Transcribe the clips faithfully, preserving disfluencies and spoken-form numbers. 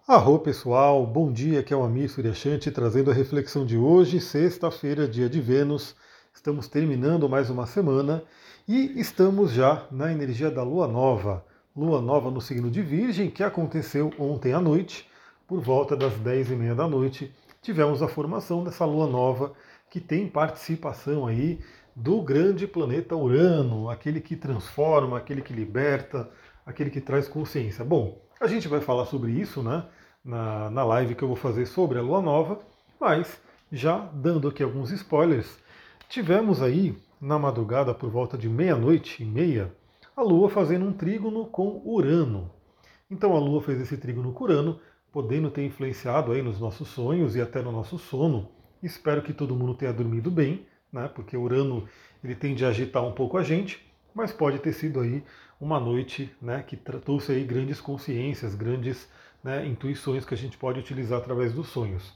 Arro pessoal, bom dia, aqui é o Amir Suryashanti trazendo a reflexão de hoje, sexta-feira, dia de Vênus. Estamos terminando mais uma semana e estamos já na energia da Lua Nova. Lua Nova no signo de Virgem, que aconteceu ontem à noite, por volta das dez e meia da noite. Tivemos a formação dessa Lua Nova, que tem participação aí do grande planeta Urano, aquele que transforma, aquele que liberta, aquele que traz consciência. Bom, a gente vai falar sobre isso, né? Na, na live que eu vou fazer sobre a Lua Nova, mas já dando aqui alguns spoilers, tivemos aí na madrugada por volta de meia-noite e meia a Lua fazendo um trígono com Urano. Então a Lua fez esse trígono com Urano, podendo ter influenciado aí nos nossos sonhos e até no nosso sono. Espero que todo mundo tenha dormido bem, né? Porque Urano ele tende a agitar um pouco a gente, mas pode ter sido aí uma noite, né, que trouxe aí grandes consciências, grandes, né, intuições que a gente pode utilizar através dos sonhos.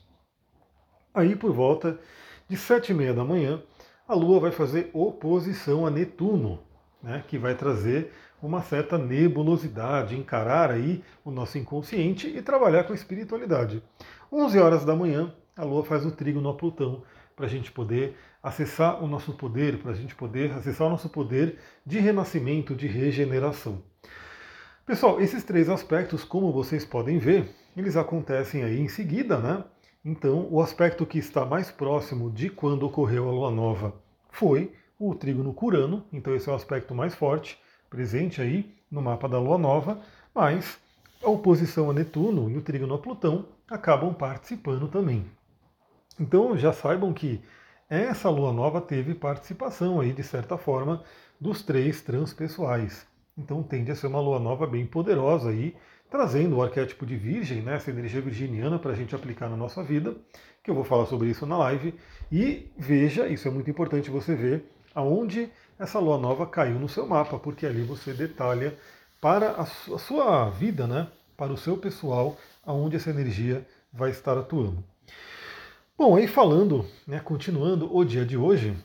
Aí por volta de sete e meia da manhã, a Lua vai fazer oposição a Netuno, né, que vai trazer uma certa nebulosidade, encarar aí o nosso inconsciente e trabalhar com a espiritualidade. onze horas da manhã, a Lua faz o trígono a Plutão, para a gente poder acessar o nosso poder, para a gente poder acessar o nosso poder de renascimento, de regeneração. Pessoal, esses três aspectos, como vocês podem ver, eles acontecem aí em seguida, né? Então, o aspecto que está mais próximo de quando ocorreu a Lua Nova foi o trígono com Urano, então esse é o aspecto mais forte, presente aí no mapa da Lua Nova, mas a oposição a Netuno e o trígono a Plutão acabam participando também. Então já saibam que essa Lua Nova teve participação aí, de certa forma, dos três transpessoais. Então tende a ser uma Lua Nova bem poderosa aí, trazendo o arquétipo de Virgem, né, essa energia virginiana para a gente aplicar na nossa vida, que eu vou falar sobre isso na live. E veja, isso é muito importante você ver, aonde essa Lua Nova caiu no seu mapa, porque ali você detalha para a sua vida, né, para o seu pessoal, aonde essa energia vai estar atuando. Bom, aí falando, né, continuando o dia de hoje,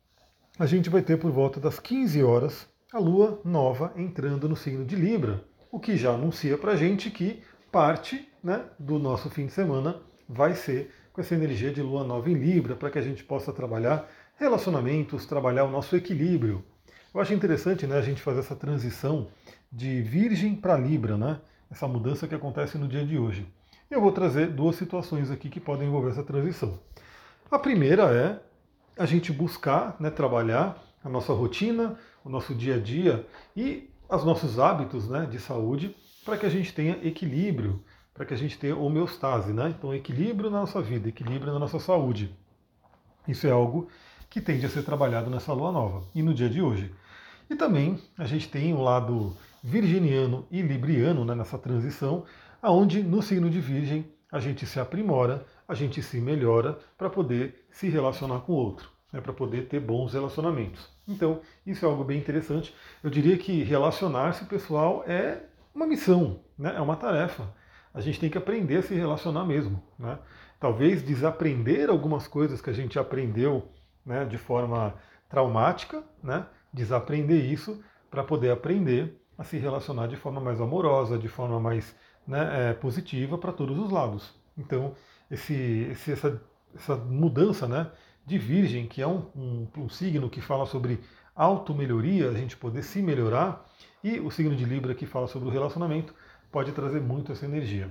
a gente vai ter por volta das quinze horas a Lua Nova entrando no signo de Libra, o que já anuncia para a gente que parte, né, do nosso fim de semana vai ser com essa energia de Lua Nova em Libra, para que a gente possa trabalhar relacionamentos, trabalhar o nosso equilíbrio. Eu acho interessante, né, a gente fazer essa transição de Virgem para Libra, né, essa mudança que acontece no dia de hoje. Eu vou trazer duas situações aqui que podem envolver essa transição. A primeira é a gente buscar, né, trabalhar a nossa rotina, o nosso dia a dia e os nossos hábitos, né, de saúde, para que a gente tenha equilíbrio, para que a gente tenha homeostase, né? Então, equilíbrio na nossa vida, equilíbrio na nossa saúde. Isso é algo que tende a ser trabalhado nessa Lua Nova e no dia de hoje. E também a gente tem um lado virginiano e libriano, né, nessa transição, aonde no signo de Virgem a gente se aprimora, a gente se melhora para poder se relacionar com o outro, né, para poder ter bons relacionamentos. Então, isso é algo bem interessante. Eu diria que relacionar-se, pessoal, é uma missão, né, é uma tarefa. A gente tem que aprender a se relacionar mesmo, né? Talvez desaprender algumas coisas que a gente aprendeu, né, de forma traumática, né? Desaprender isso para poder aprender a se relacionar de forma mais amorosa, de forma mais, né, é, positiva para todos os lados. Então, esse, esse, essa, essa mudança, né, de Virgem, que é um, um, um signo que fala sobre auto-melhoria, a gente poder se melhorar, e o signo de Libra, que fala sobre o relacionamento, pode trazer muito essa energia.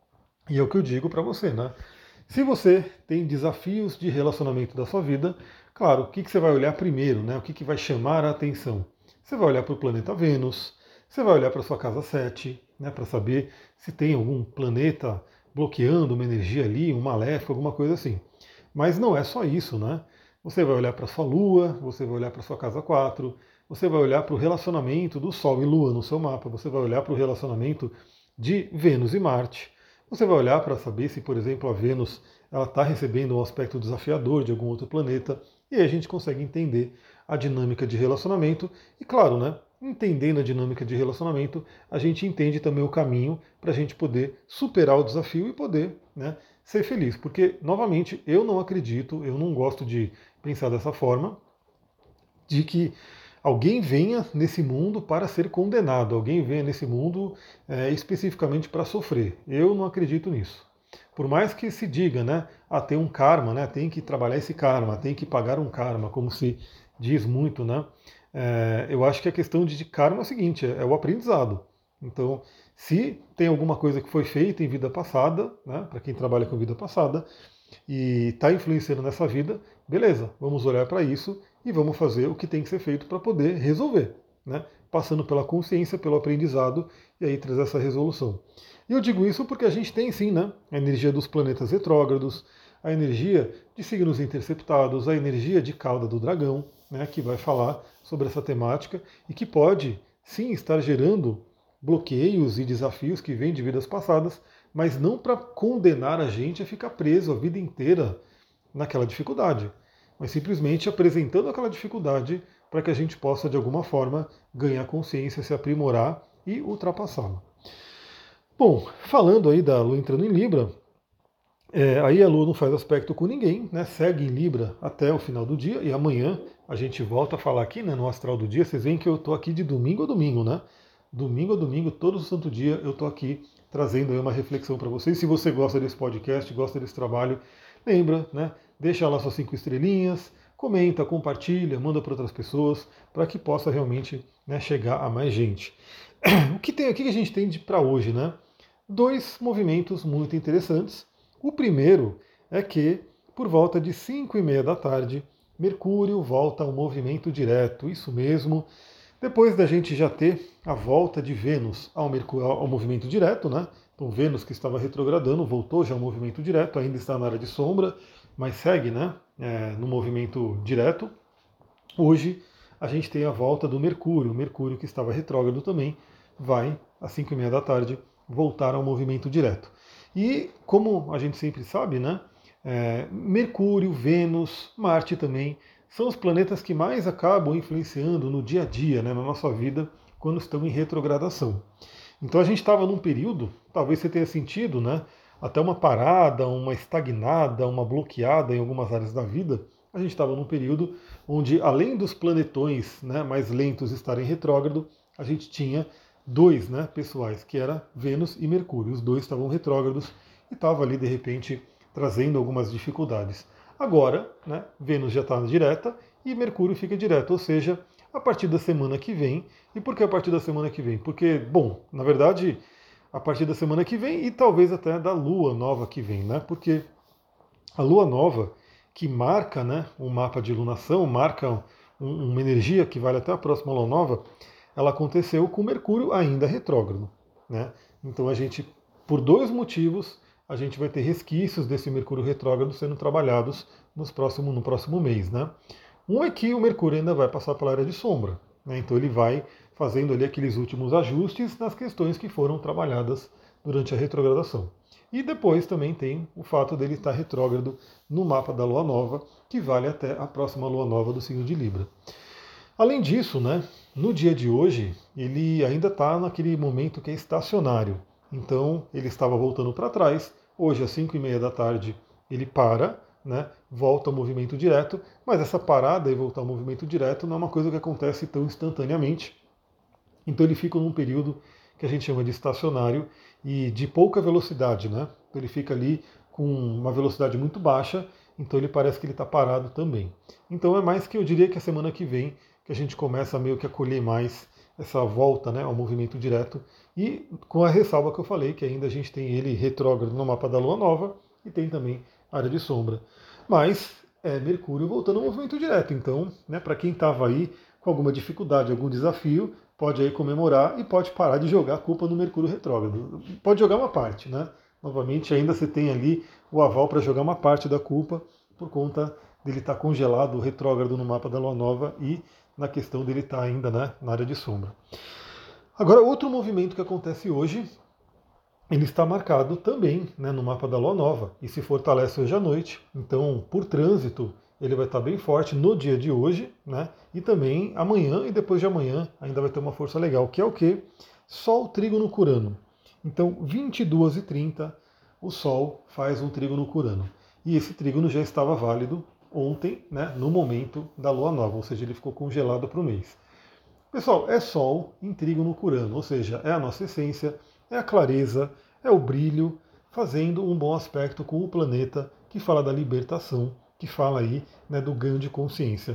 E é o que eu digo para você, né? Se você tem desafios de relacionamento da sua vida, claro, o que, que você vai olhar primeiro, né? O que, que vai chamar a atenção? Você vai olhar para o planeta Vênus, você vai olhar para a sua casa sete, né, para saber se tem algum planeta bloqueando uma energia ali, um maléfico, alguma coisa assim. Mas não é só isso, né? Você vai olhar para a sua Lua, você vai olhar para a sua casa quatro, você vai olhar para o relacionamento do Sol e Lua no seu mapa, você vai olhar para o relacionamento de Vênus e Marte. Você vai olhar para saber se, por exemplo, a Vênus está recebendo um aspecto desafiador de algum outro planeta, e aí a gente consegue entender a dinâmica de relacionamento. E claro, né, entendendo a dinâmica de relacionamento, a gente entende também o caminho para a gente poder superar o desafio e poder, né, ser feliz. Porque, novamente, eu não acredito, eu não gosto de pensar dessa forma, de que alguém venha nesse mundo para ser condenado, alguém venha nesse mundo é, especificamente para sofrer. Eu não acredito nisso. Por mais que se diga, né, ah, tem um karma, né, tem que trabalhar esse karma, tem que pagar um karma, como se diz muito, né? É, eu acho que a questão de karma é o seguinte, é, é o aprendizado. Então, se tem alguma coisa que foi feita em vida passada, né, para quem trabalha com vida passada, e está influenciando nessa vida, beleza, vamos olhar para isso e vamos fazer o que tem que ser feito para poder resolver, né? Passando pela consciência, pelo aprendizado e aí trazer essa resolução. E eu digo isso porque a gente tem sim, né, a energia dos planetas retrógrados, a energia de signos interceptados, a energia de cauda do dragão, né, que vai falar sobre essa temática e que pode sim estar gerando bloqueios e desafios que vêm de vidas passadas, mas não para condenar a gente a ficar preso a vida inteira naquela dificuldade, mas simplesmente apresentando aquela dificuldade para que a gente possa, de alguma forma, ganhar consciência, se aprimorar e ultrapassá-la. Bom, falando aí da Lua entrando em Libra, é, aí a Lua não faz aspecto com ninguém, né? Segue em Libra até o final do dia, e amanhã a gente volta a falar aqui, né, no Astral do Dia. Vocês veem que eu estou aqui de domingo a domingo, né? Domingo a domingo, todo santo dia, eu estou aqui trazendo aí uma reflexão para vocês. Se você gosta desse podcast, gosta desse trabalho, lembra, né? Deixa lá suas cinco estrelinhas, comenta, compartilha, manda para outras pessoas, para que possa realmente, né, chegar a mais gente. O que tem aqui que a gente tem para hoje, né? Dois movimentos muito interessantes. O primeiro é que, por volta de cinco e meia da tarde, Mercúrio volta ao movimento direto. Isso mesmo. Depois da gente já ter a volta de Vênus ao, Mercúrio, ao movimento direto, né? Então Vênus que estava retrogradando voltou já ao movimento direto, ainda está na área de sombra, mas segue, né, é, no movimento direto. Hoje a gente tem a volta do Mercúrio, o Mercúrio que estava retrógrado também, vai às cinco e meia da tarde voltar ao movimento direto. E como a gente sempre sabe, né, é, Mercúrio, Vênus, Marte também, são os planetas que mais acabam influenciando no dia a dia, né, na nossa vida, quando estão em retrogradação. Então a gente estava num período, talvez você tenha sentido, né, até uma parada, uma estagnada, uma bloqueada em algumas áreas da vida. A gente estava num período onde, além dos planetões, né, mais lentos estarem retrógrado, a gente tinha dois, né, pessoais, que era Vênus e Mercúrio. Os dois estavam retrógrados e estava ali, de repente, trazendo algumas dificuldades. Agora, né, Vênus já está direta e Mercúrio fica direto, ou seja, a partir da semana que vem. E por que a partir da semana que vem? Porque, bom, na verdade, a partir da semana que vem e talvez até da Lua nova que vem, né? Porque a Lua nova, que marca, né, um mapa de lunação, marca um, uma energia que vale até a próxima Lua nova, ela aconteceu com Mercúrio ainda retrógrado, né? Então a gente, por dois motivos, a gente vai ter resquícios desse Mercúrio retrógrado sendo trabalhados nos próximo, no próximo mês, né? Um é que o Mercúrio ainda vai passar pela área de sombra, né? Então ele vai fazendo ali aqueles últimos ajustes nas questões que foram trabalhadas durante a retrogradação. E depois também tem o fato dele estar retrógrado no mapa da Lua Nova, que vale até a próxima Lua Nova do signo de Libra. Além disso, né, no dia de hoje, ele ainda está naquele momento que é estacionário. Então ele estava voltando para trás. Hoje, às cinco e meia da tarde, ele para, né, volta ao movimento direto, mas essa parada e voltar ao movimento direto não é uma coisa que acontece tão instantaneamente. Então ele fica num período que a gente chama de estacionário e de pouca velocidade, né? Então ele fica ali com uma velocidade muito baixa, então ele parece que ele está parado também. Então é mais que eu diria que a semana que vem que a gente começa a meio que acolher mais essa volta, né, ao movimento direto, e com a ressalva que eu falei, que ainda a gente tem ele retrógrado no mapa da Lua Nova e tem também área de sombra. Mas é Mercúrio voltando ao movimento direto, então, né, para quem estava aí com alguma dificuldade, algum desafio, pode aí comemorar e pode parar de jogar a culpa no Mercúrio retrógrado. Pode jogar uma parte, né? Novamente, ainda você tem ali o aval para jogar uma parte da culpa por conta dele estar congelado, retrógrado no mapa da Lua Nova e na questão dele estar ainda, né, na área de sombra. Agora, outro movimento que acontece hoje, ele está marcado também, né, no mapa da Lua Nova e se fortalece hoje à noite. Então, por trânsito, ele vai estar bem forte no dia de hoje, né? E também amanhã e depois de amanhã ainda vai ter uma força legal, que é o quê? Sol trígono com Urano. Então, vinte e duas e trinta, o Sol faz um trígono com Urano. E esse trígono já estava válido ontem, né, no momento da Lua Nova, ou seja, ele ficou congelado para o mês. Pessoal, é Sol em trígono com Urano, ou seja, é a nossa essência, é a clareza, é o brilho, fazendo um bom aspecto com o planeta que fala da libertação, que fala aí, né, do ganho de consciência.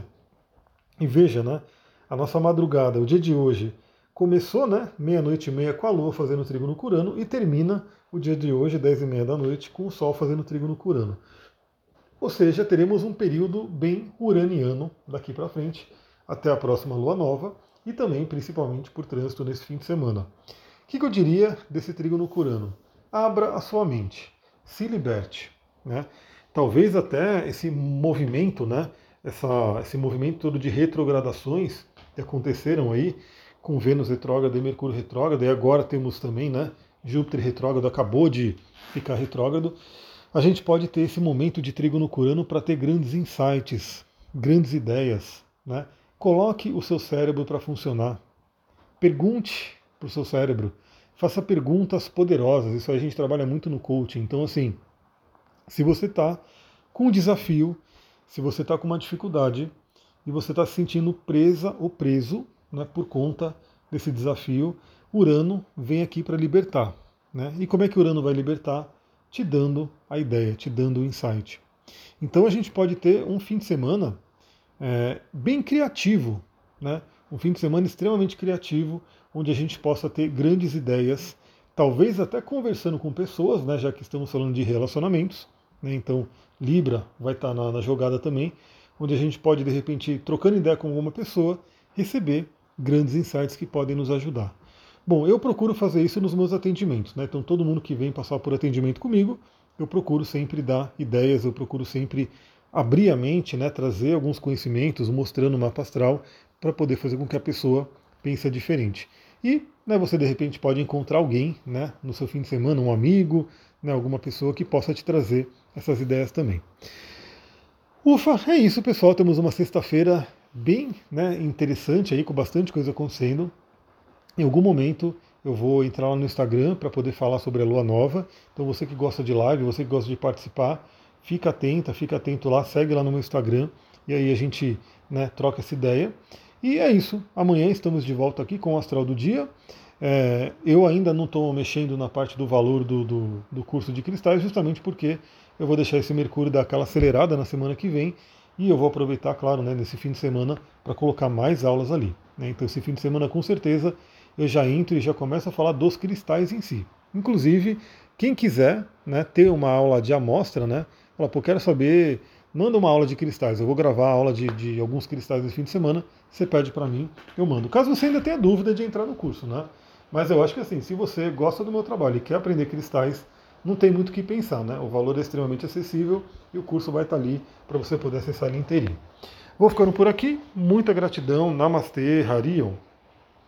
E veja, né, a nossa madrugada, o dia de hoje, começou, né, meia-noite e meia com a Lua fazendo trígono com Urano e termina o dia de hoje, dez e meia da noite, com o Sol fazendo trígono com Urano. Ou seja, teremos um período bem uraniano daqui para frente, até a próxima Lua Nova, e também, principalmente, por trânsito nesse fim de semana. O que, que eu diria desse trígono com Urano? Abra a sua mente, se liberte, né? Talvez até esse movimento, né, essa, esse movimento todo de retrogradações que aconteceram aí, com Vênus retrógrado e Mercúrio retrógrado, e agora temos também, né, Júpiter retrógrado, acabou de ficar retrógrado, a gente pode ter esse momento de trígono com Urano para ter grandes insights, grandes ideias, né? Coloque o seu cérebro para funcionar. Pergunte para o seu cérebro. Faça perguntas poderosas. Isso aí a gente trabalha muito no coaching. Então, assim, se você está com um desafio, se você está com uma dificuldade e você está se sentindo presa ou preso, né, por conta desse desafio, Urano vem aqui para libertar, né? E como é que Urano vai libertar? Te dando a ideia, te dando o insight. Então a gente pode ter um fim de semana é, bem criativo, né? Um fim de semana extremamente criativo, onde a gente possa ter grandes ideias, talvez até conversando com pessoas, né? Já que estamos falando de relacionamentos, né? Então Libra vai estar na, na jogada também, onde a gente pode de repente, trocando ideia com alguma pessoa, receber grandes insights que podem nos ajudar. Bom, eu procuro fazer isso nos meus atendimentos, né? Então todo mundo que vem passar por atendimento comigo, eu procuro sempre dar ideias, eu procuro sempre abrir a mente, né? Trazer alguns conhecimentos, mostrando o mapa astral, para poder fazer com que a pessoa pense diferente. E, né, você de repente pode encontrar alguém, né, no seu fim de semana, um amigo, né, alguma pessoa que possa te trazer essas ideias também. Ufa, é isso, pessoal. Temos uma sexta-feira bem, né, interessante aí, com bastante coisa acontecendo. Em algum momento eu vou entrar lá no Instagram para poder falar sobre a Lua Nova. Então você que gosta de live, você que gosta de participar, fica atenta, fica atento lá, segue lá no meu Instagram e aí a gente, né, troca essa ideia. E é isso. Amanhã estamos de volta aqui com o Astral do Dia. É, eu ainda não estou mexendo na parte do valor do, do, do curso de cristais, justamente porque eu vou deixar esse Mercúrio dar aquela acelerada na semana que vem e eu vou aproveitar, claro, né, nesse fim de semana para colocar mais aulas ali, né? Então esse fim de semana, com certeza, eu já entro e já começo a falar dos cristais em si. Inclusive, quem quiser, né, ter uma aula de amostra, né, fala, pô, quero saber, manda uma aula de cristais. Eu vou gravar a aula de, de alguns cristais esse fim de semana, você pede para mim, eu mando. Caso você ainda tenha dúvida de entrar no curso, né? Mas eu acho que assim, se você gosta do meu trabalho e quer aprender cristais, não tem muito o que pensar, né? O valor é extremamente acessível e o curso vai estar ali para você poder acessar ele inteirinho. Vou ficando por aqui, muita gratidão, Namastê, Harion.